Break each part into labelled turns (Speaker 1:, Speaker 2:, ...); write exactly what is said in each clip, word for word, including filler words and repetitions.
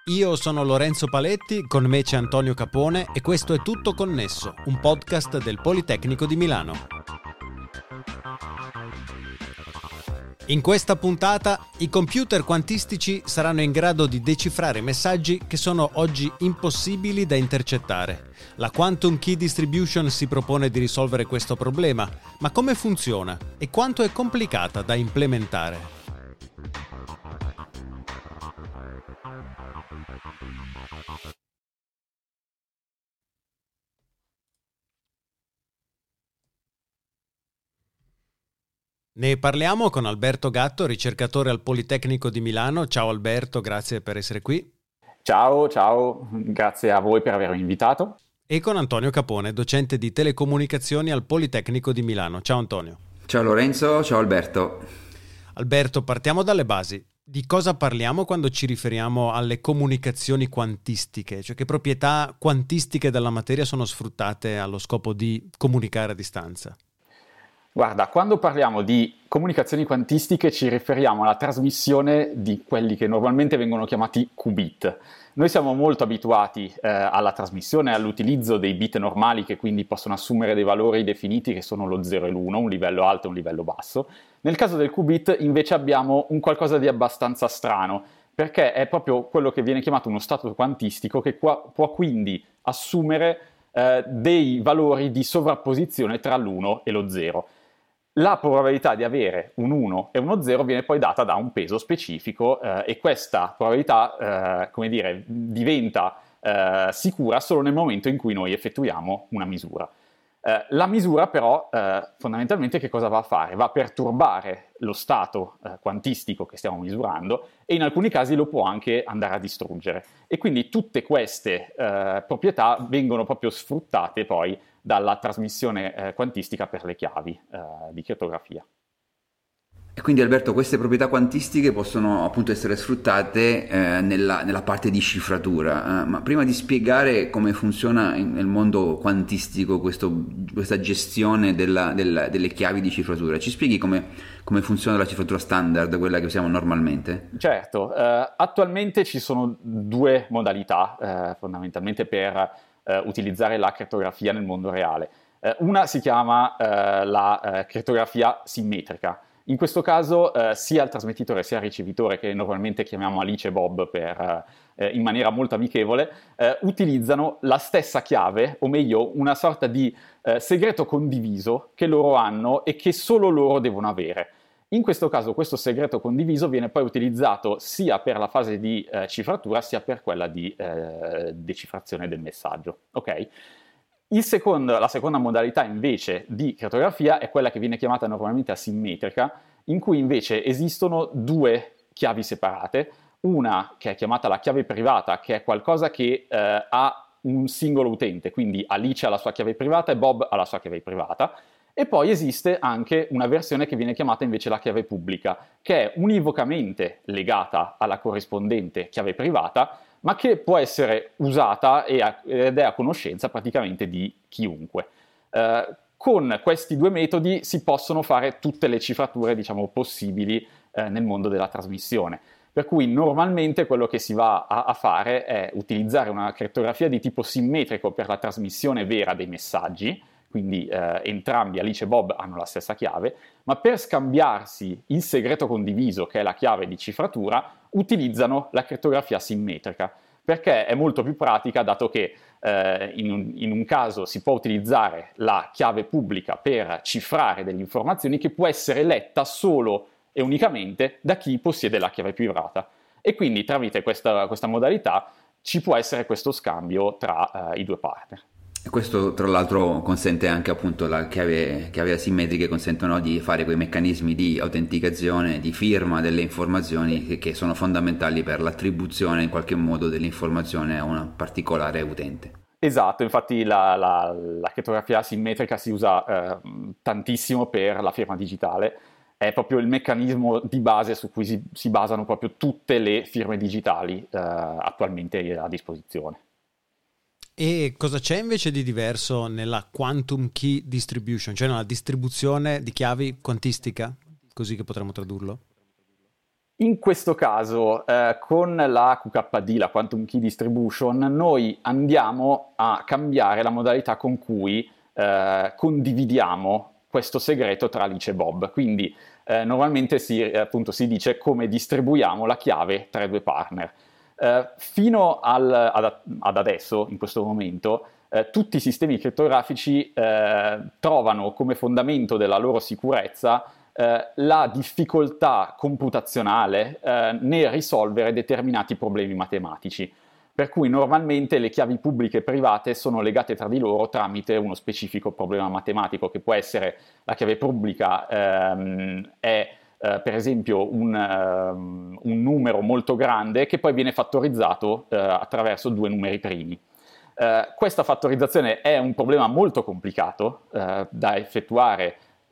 Speaker 1: Io sono Lorenzo Paletti, con me c'è Antonio Capone e questo è Tutto Connesso, un podcast del Politecnico di Milano. In questa puntata i computer quantistici saranno in grado di decifrare messaggi che sono oggi impossibili da intercettare. La Quantum Key Distribution si propone di risolvere questo problema, ma come funziona e quanto è complicata da implementare? Ne parliamo con Alberto Gatto, ricercatore al Politecnico di Milano. Ciao Alberto, grazie per essere qui.
Speaker 2: Ciao, ciao, grazie a voi per avermi invitato.
Speaker 1: E con Antonio Capone, docente di telecomunicazioni al Politecnico di Milano. Ciao Antonio.
Speaker 3: Ciao Lorenzo, ciao Alberto.
Speaker 1: Alberto, partiamo dalle basi. Di cosa parliamo quando ci riferiamo alle comunicazioni quantistiche? Cioè che proprietà quantistiche della materia sono sfruttate allo scopo di comunicare a distanza?
Speaker 2: Guarda, quando parliamo di comunicazioni quantistiche ci riferiamo alla trasmissione di quelli che normalmente vengono chiamati qubit. Noi siamo molto abituati eh, alla trasmissione e all'utilizzo dei bit normali, che quindi possono assumere dei valori definiti che sono lo zero e l'uno, un livello alto e un livello basso. Nel caso del qubit invece abbiamo un qualcosa di abbastanza strano, perché è proprio quello che viene chiamato uno stato quantistico che qua, può quindi assumere eh, dei valori di sovrapposizione tra l'uno e lo zero. La probabilità di avere un uno e uno zero viene poi data da un peso specifico eh, e questa probabilità, eh, come dire, diventa eh, sicura solo nel momento in cui noi effettuiamo una misura. Eh, la misura però eh, fondamentalmente che cosa va a fare? Va a perturbare lo stato eh, quantistico che stiamo misurando e in alcuni casi lo può anche andare a distruggere. E quindi tutte queste eh, proprietà vengono proprio sfruttate poi dalla trasmissione eh, quantistica per le chiavi eh, di crittografia.
Speaker 3: E quindi Alberto, queste proprietà quantistiche possono appunto essere sfruttate eh, nella, nella parte di cifratura, eh, ma prima di spiegare come funziona in, nel mondo quantistico questo, questa gestione della, della, delle chiavi di cifratura, ci spieghi come, come funziona la cifratura standard, quella che usiamo normalmente?
Speaker 2: Certo, eh, attualmente ci sono due modalità eh, fondamentalmente per eh, utilizzare la crittografia nel mondo reale. Eh, una si chiama eh, la eh, crittografia simmetrica. In questo caso eh, sia il trasmettitore sia il ricevitore, che normalmente chiamiamo Alice e Bob per, eh, in maniera molto amichevole, eh, utilizzano la stessa chiave, o meglio una sorta di eh, segreto condiviso che loro hanno e che solo loro devono avere. In questo caso questo segreto condiviso viene poi utilizzato sia per la fase di eh, cifratura sia per quella di eh, decifrazione del messaggio. Ok? Il secondo, la seconda modalità invece di crittografia è quella che viene chiamata normalmente asimmetrica, in cui invece esistono due chiavi separate, una che è chiamata la chiave privata, che è qualcosa che eh, ha un singolo utente, quindi Alice ha la sua chiave privata e Bob ha la sua chiave privata, e poi esiste anche una versione che viene chiamata invece la chiave pubblica, che è univocamente legata alla corrispondente chiave privata, ma che può essere usata e a, ed è a conoscenza praticamente di chiunque. Eh, con questi due metodi si possono fare tutte le cifrature, diciamo, possibili eh, nel mondo della trasmissione. Per cui normalmente quello che si va a, a fare è utilizzare una crittografia di tipo simmetrico per la trasmissione vera dei messaggi, quindi eh, entrambi, Alice e Bob, hanno la stessa chiave, ma per scambiarsi il segreto condiviso, che è la chiave di cifratura, utilizzano la crittografia simmetrica, perché è molto più pratica, dato che eh, in, un, in un caso si può utilizzare la chiave pubblica per cifrare delle informazioni che può essere letta solo e unicamente da chi possiede la chiave privata. E quindi tramite questa, questa modalità ci può essere questo scambio tra eh, i due partner.
Speaker 3: E questo tra l'altro consente anche, appunto, la chiave, chiave asimmetriche consentono di fare quei meccanismi di autenticazione, di firma delle informazioni che, che sono fondamentali per l'attribuzione in qualche modo dell'informazione a un particolare utente.
Speaker 2: Esatto, infatti la, la, la crittografia asimmetrica si usa eh, tantissimo per la firma digitale, è proprio il meccanismo di base su cui si, si basano proprio tutte le firme digitali eh, attualmente a disposizione.
Speaker 1: E cosa c'è invece di diverso nella Quantum Key Distribution, cioè nella distribuzione di chiavi quantistica, così che potremmo tradurlo?
Speaker 2: In questo caso, eh, con la Q K D, la Quantum Key Distribution, noi andiamo a cambiare la modalità con cui eh, condividiamo questo segreto tra Alice e Bob. Quindi eh, normalmente si, appunto, si dice come distribuiamo la chiave tra i due partner. Eh, fino al, ad, ad adesso, in questo momento, eh, tutti i sistemi crittografici eh, trovano come fondamento della loro sicurezza eh, la difficoltà computazionale eh, nel risolvere determinati problemi matematici. Per cui normalmente le chiavi pubbliche e private sono legate tra di loro tramite uno specifico problema matematico, che può essere la chiave pubblica ehm, è Uh, per esempio un, uh, un numero molto grande che poi viene fattorizzato uh, attraverso due numeri primi. Uh, questa fattorizzazione è un problema molto complicato uh, da effettuare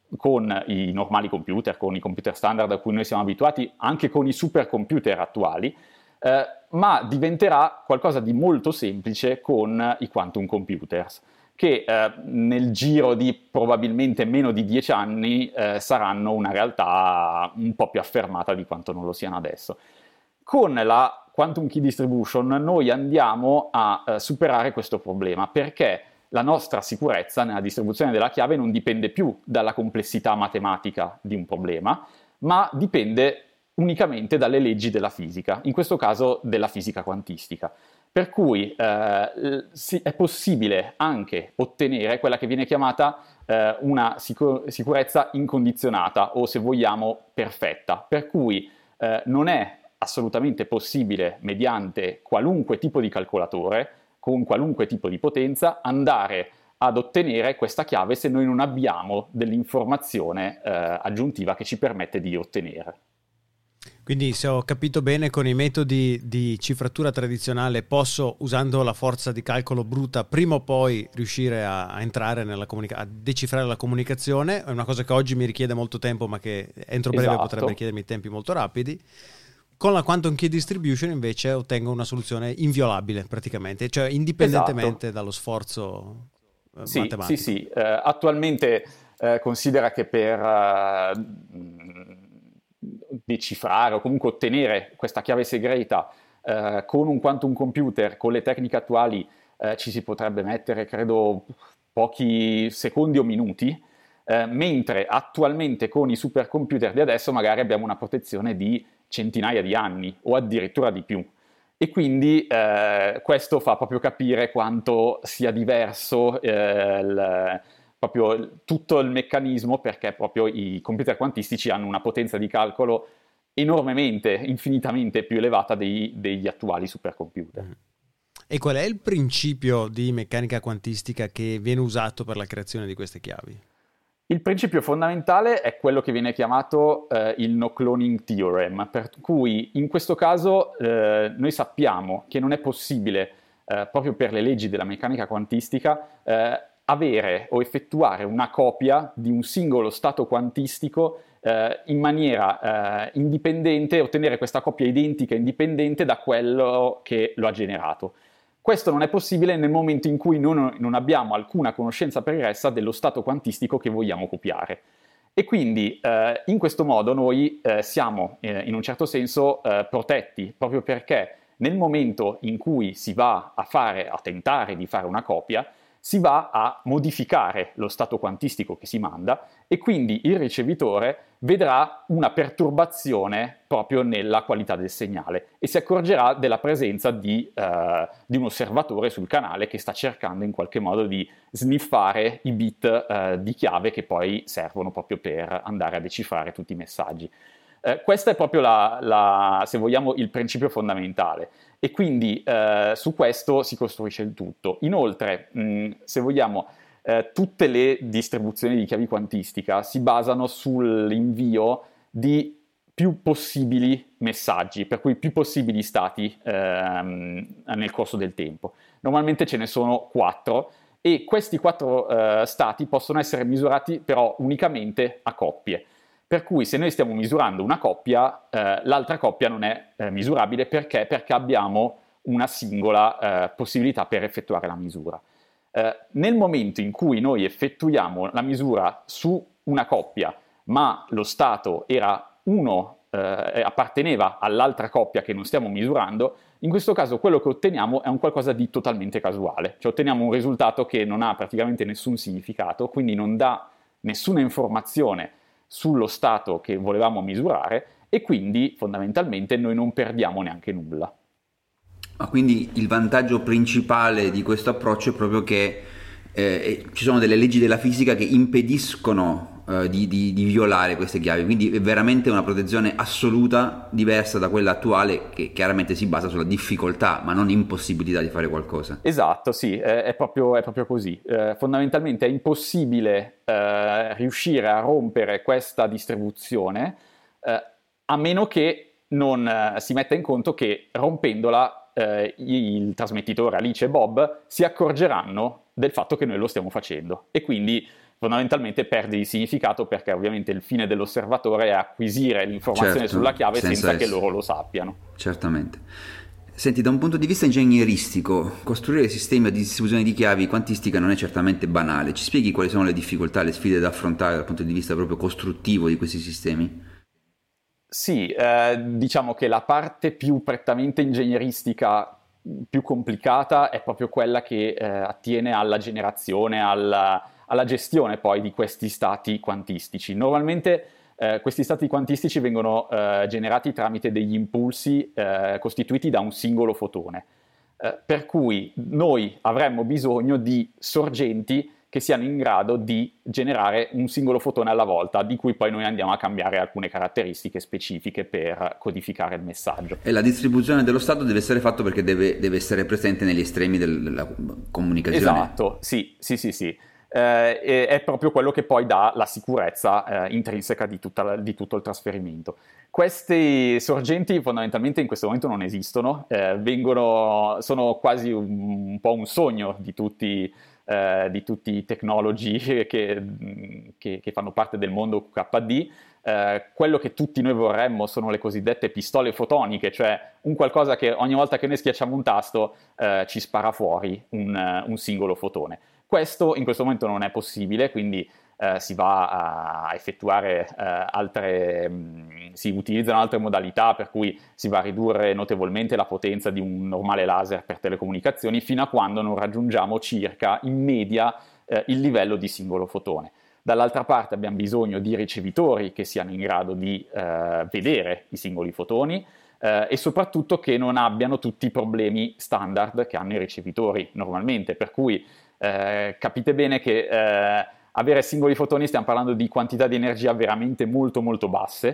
Speaker 2: con i normali computer, con i computer standard a cui noi siamo abituati, anche con i supercomputer attuali, uh, ma diventerà qualcosa di molto semplice con i quantum computers, che eh, nel giro di probabilmente meno di dieci anni eh, saranno una realtà un po' più affermata di quanto non lo siano adesso. Con la Quantum Key Distribution noi andiamo a eh, superare questo problema, perché la nostra sicurezza nella distribuzione della chiave non dipende più dalla complessità matematica di un problema, ma dipende unicamente dalle leggi della fisica, in questo caso della fisica quantistica. Per cui eh, si, è possibile anche ottenere quella che viene chiamata eh, una sicur- sicurezza incondizionata, o se vogliamo perfetta, per cui eh, non è assolutamente possibile, mediante qualunque tipo di calcolatore, con qualunque tipo di potenza, andare ad ottenere questa chiave se noi non abbiamo dell'informazione eh, aggiuntiva che ci permette di ottenere.
Speaker 1: Quindi, se ho capito bene, con i metodi di cifratura tradizionale posso, usando la forza di calcolo bruta, prima o poi riuscire a, a entrare nella comunica- a decifrare la comunicazione. È una cosa che oggi mi richiede molto tempo, ma che entro breve
Speaker 2: Esatto.
Speaker 1: potrebbe richiedermi tempi molto rapidi. Con la Quantum Key Distribution invece ottengo una soluzione inviolabile praticamente, cioè indipendentemente esatto. dallo sforzo eh,
Speaker 2: sì,
Speaker 1: matematico.
Speaker 2: Sì, sì, uh, attualmente uh, considera che per uh, decifrare o comunque ottenere questa chiave segreta uh, con un quantum computer, con le tecniche attuali, uh, ci si potrebbe mettere, credo, pochi secondi o minuti, uh, mentre attualmente con i supercomputer di adesso magari abbiamo una protezione di centinaia di anni o addirittura di più. E quindi eh, questo fa proprio capire quanto sia diverso eh, il, proprio tutto il meccanismo, perché proprio i computer quantistici hanno una potenza di calcolo enormemente, infinitamente più elevata dei, degli attuali supercomputer.
Speaker 1: E qual è il principio di meccanica quantistica che viene usato per la creazione di queste chiavi?
Speaker 2: Il principio fondamentale è quello che viene chiamato eh, il no cloning theorem, per cui in questo caso eh, noi sappiamo che non è possibile, eh, proprio per le leggi della meccanica quantistica, eh, avere o effettuare una copia di un singolo stato quantistico eh, in maniera eh, indipendente, ottenere questa copia identica e indipendente da quello che lo ha generato. Questo non è possibile nel momento in cui non, non abbiamo alcuna conoscenza pregressa dello stato quantistico che vogliamo copiare. E quindi eh, in questo modo noi eh, siamo eh, in un certo senso eh, protetti, proprio perché nel momento in cui si va a fare, a tentare di fare una copia, si va a modificare lo stato quantistico che si manda e quindi il ricevitore vedrà una perturbazione proprio nella qualità del segnale e si accorgerà della presenza di, eh, di un osservatore sul canale che sta cercando in qualche modo di sniffare i bit eh, di chiave che poi servono proprio per andare a decifrare tutti i messaggi. Eh, questo è proprio, la, la, se vogliamo, il principio fondamentale e quindi eh, su questo si costruisce il tutto. Inoltre, mh, se vogliamo, eh, tutte le distribuzioni di chiavi quantistica si basano sull'invio di più possibili messaggi, per cui più possibili stati ehm, nel corso del tempo. Normalmente ce ne sono quattro e questi quattro eh, stati possono essere misurati però unicamente a coppie. Per cui se noi stiamo misurando una coppia, eh, l'altra coppia non è eh, misurabile perché? Perché abbiamo una singola eh, possibilità per effettuare la misura. Eh, nel momento in cui noi effettuiamo la misura su una coppia, ma lo stato era uno eh, apparteneva all'altra coppia che non stiamo misurando, in questo caso quello che otteniamo è un qualcosa di totalmente casuale, cioè otteniamo un risultato che non ha praticamente nessun significato, quindi non dà nessuna informazione sullo stato che volevamo misurare e quindi fondamentalmente noi non perdiamo neanche nulla.
Speaker 3: Ah, quindi il vantaggio principale di questo approccio è proprio che eh, ci sono delle leggi della fisica che impediscono eh, di, di, di violare queste chiavi, quindi è veramente una protezione assoluta, diversa da quella attuale, che chiaramente si basa sulla difficoltà ma non impossibilità di fare qualcosa.
Speaker 2: Esatto, sì, è, è, proprio, è proprio così. Eh, fondamentalmente è impossibile eh, riuscire a rompere questa distribuzione eh, a meno che non eh, si metta in conto che rompendola eh, il trasmettitore Alice e Bob si accorgeranno del fatto che noi lo stiamo facendo e quindi fondamentalmente perde di significato, perché ovviamente il fine dell'osservatore è acquisire l'informazione
Speaker 3: certo,
Speaker 2: sulla chiave senza, senza che
Speaker 3: esso.
Speaker 2: loro lo sappiano.
Speaker 3: Certamente. Senti, da un punto di vista ingegneristico, costruire sistemi di distribuzione di chiavi quantistica non è certamente banale. Ci spieghi quali sono le difficoltà, le sfide da affrontare dal punto di vista proprio costruttivo di questi sistemi?
Speaker 2: Sì, eh, diciamo che la parte più prettamente ingegneristica, più complicata, è proprio quella che eh, attiene alla generazione, alla, alla gestione poi di questi stati quantistici. Normalmente eh, questi stati quantistici vengono eh, generati tramite degli impulsi eh, costituiti da un singolo fotone, eh, per cui noi avremmo bisogno di sorgenti che siano in grado di generare un singolo fotone alla volta, di cui poi noi andiamo a cambiare alcune caratteristiche specifiche per codificare il messaggio.
Speaker 3: E la distribuzione dello stato deve essere fatta perché deve, deve essere presente negli estremi della comunicazione.
Speaker 2: Esatto, sì, sì, sì, sì. Eh, è proprio quello che poi dà la sicurezza eh, intrinseca di, tutta la, di tutto il trasferimento. Questi sorgenti fondamentalmente in questo momento non esistono, eh, vengono, sono quasi un, un po' un sogno di tutti Eh, di tutti i technology che, che, che fanno parte del mondo Q K D. Eh, quello che tutti noi vorremmo sono le cosiddette pistole fotoniche, cioè un qualcosa che ogni volta che noi schiacciamo un tasto eh, ci spara fuori un, un singolo fotone. Questo in questo momento non è possibile, quindi eh, si va a effettuare eh, altre, mh, si utilizzano altre modalità, per cui si va a ridurre notevolmente la potenza di un normale laser per telecomunicazioni fino a quando non raggiungiamo circa in media eh, il livello di singolo fotone. Dall'altra parte abbiamo bisogno di ricevitori che siano in grado di eh, vedere i singoli fotoni eh, e soprattutto che non abbiano tutti i problemi standard che hanno i ricevitori normalmente, per cui eh, capite bene che eh, avere singoli fotoni, stiamo parlando di quantità di energia veramente molto molto basse,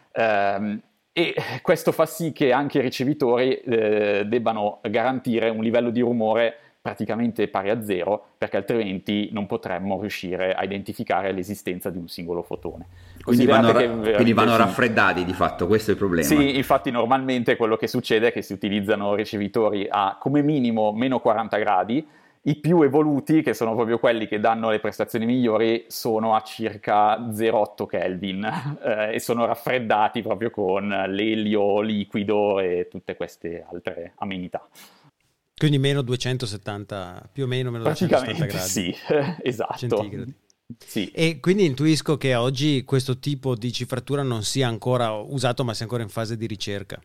Speaker 2: ehm, e questo fa sì che anche i ricevitori eh, debbano garantire un livello di rumore praticamente pari a zero, perché altrimenti non potremmo riuscire a identificare l'esistenza di un singolo fotone.
Speaker 3: Quindi vanno, ra- quindi vanno raffreddati di fatto, questo è il problema.
Speaker 2: Sì, infatti normalmente quello che succede è che si utilizzano ricevitori a come minimo meno quaranta gradi. I più evoluti, che sono proprio quelli che danno le prestazioni migliori, sono a circa zero virgola otto Kelvin eh, e sono raffreddati proprio con l'elio liquido e tutte queste altre amenità.
Speaker 1: Quindi meno duecentosettanta, più o meno meno duecentosettanta gradi.
Speaker 2: Sì, esatto.
Speaker 1: Centigradi.
Speaker 2: Sì.
Speaker 1: E quindi intuisco che oggi questo tipo di cifratura non sia ancora usato, ma sia ancora in fase di ricerca.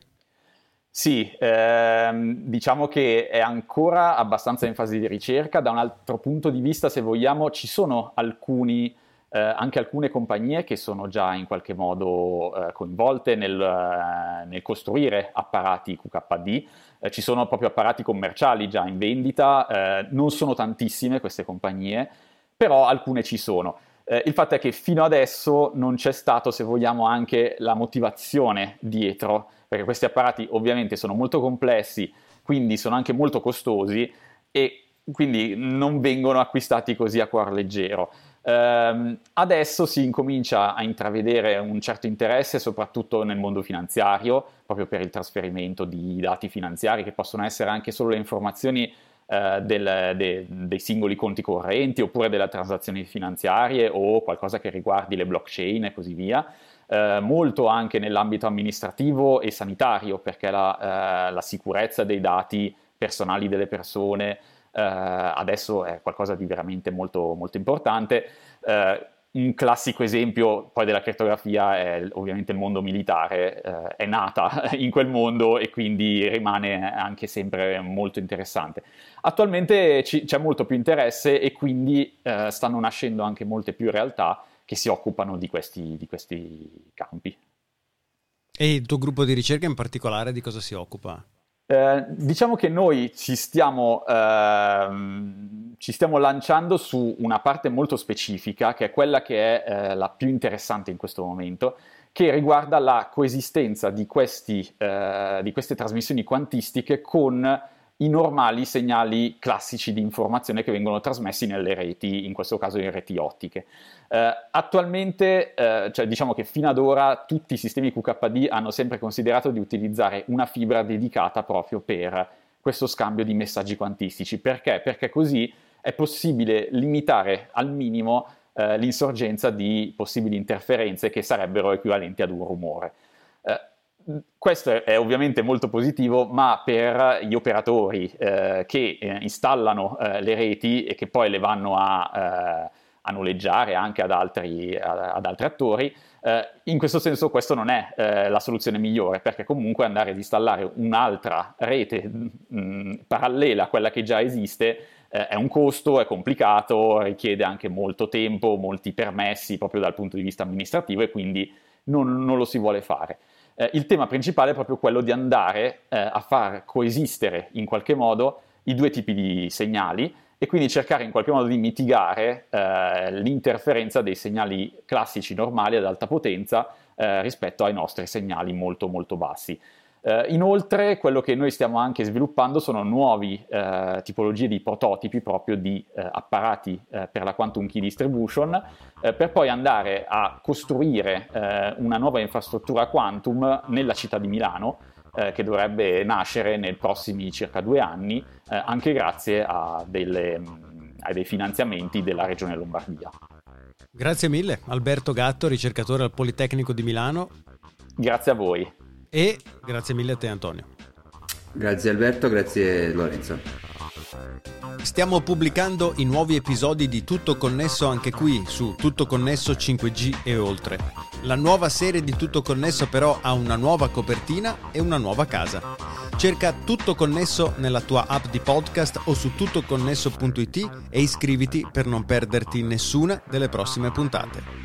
Speaker 2: Sì, ehm, diciamo che è ancora abbastanza in fase di ricerca. Da un altro punto di vista, se vogliamo, ci sono alcuni, eh, anche alcune compagnie che sono già in qualche modo eh, coinvolte nel, eh, nel costruire apparati Q K D. Eh, ci sono proprio apparati commerciali già in vendita, eh, non sono tantissime queste compagnie, però alcune ci sono. Eh, il fatto è che fino adesso non c'è stato, se vogliamo, anche la motivazione dietro, perché questi apparati ovviamente sono molto complessi, quindi sono anche molto costosi e quindi non vengono acquistati così a cuor leggero. Ehm, adesso si incomincia a intravedere un certo interesse soprattutto nel mondo finanziario, proprio per il trasferimento di dati finanziari che possono essere anche solo le informazioni eh, del, de, dei singoli conti correnti oppure delle transazioni finanziarie o qualcosa che riguardi le blockchain e così via. Eh, molto anche nell'ambito amministrativo e sanitario, perché la, eh, la sicurezza dei dati personali delle persone eh, adesso è qualcosa di veramente molto, molto importante. Eh, un classico esempio poi della crittografia è ovviamente il mondo militare, eh, è nata in quel mondo e quindi rimane anche sempre molto interessante. Attualmente ci, c'è molto più interesse e quindi eh, stanno nascendo anche molte più realtà che si occupano di questi, di questi campi.
Speaker 1: E il tuo gruppo di ricerca in particolare di cosa si occupa?
Speaker 2: Eh, diciamo che noi ci stiamo, ehm, ci stiamo lanciando su una parte molto specifica, che è quella che è eh, la più interessante in questo momento, che riguarda la coesistenza di, questi, eh, di queste trasmissioni quantistiche con i normali segnali classici di informazione che vengono trasmessi nelle reti, in questo caso in reti ottiche. Eh, attualmente, eh, cioè diciamo che fino ad ora tutti i sistemi Q K D hanno sempre considerato di utilizzare una fibra dedicata proprio per questo scambio di messaggi quantistici. Perché? Perché così è possibile limitare al minimo eh, l'insorgenza di possibili interferenze che sarebbero equivalenti ad un rumore. Eh, Questo è ovviamente molto positivo, ma per gli operatori eh, che eh, installano eh, le reti e che poi le vanno a, eh, a noleggiare anche ad altri, a, ad altri attori, eh, in questo senso questo non è eh, la soluzione migliore, perché comunque andare ad installare un'altra rete mh, parallela a quella che già esiste eh, è un costo, è complicato, richiede anche molto tempo, molti permessi proprio dal punto di vista amministrativo e quindi non, non lo si vuole fare. Eh, il tema principale è proprio quello di andare eh, a far coesistere in qualche modo i due tipi di segnali e quindi cercare in qualche modo di mitigare eh, l'interferenza dei segnali classici normali ad alta potenza eh, rispetto ai nostri segnali molto molto bassi. Eh, inoltre quello che noi stiamo anche sviluppando sono nuove eh, tipologie di prototipi proprio di eh, apparati eh, per la quantum key distribution eh, per poi andare a costruire eh, una nuova infrastruttura quantum nella città di Milano eh, che dovrebbe nascere nei prossimi circa due anni eh, anche grazie a, delle, a dei finanziamenti della Regione Lombardia.
Speaker 1: Grazie mille Alberto Gatto, ricercatore al Politecnico di Milano.
Speaker 2: Grazie a voi.
Speaker 1: E grazie mille a te Antonio.
Speaker 3: Grazie Alberto, grazie Lorenzo.
Speaker 1: Stiamo pubblicando i nuovi episodi di Tutto Connesso anche qui su Tutto Connesso cinque G e oltre. La nuova serie di Tutto Connesso però ha una nuova copertina e una nuova casa. Cerca Tutto Connesso nella tua app di podcast o su tuttoconnesso punto it e iscriviti per non perderti nessuna delle prossime puntate.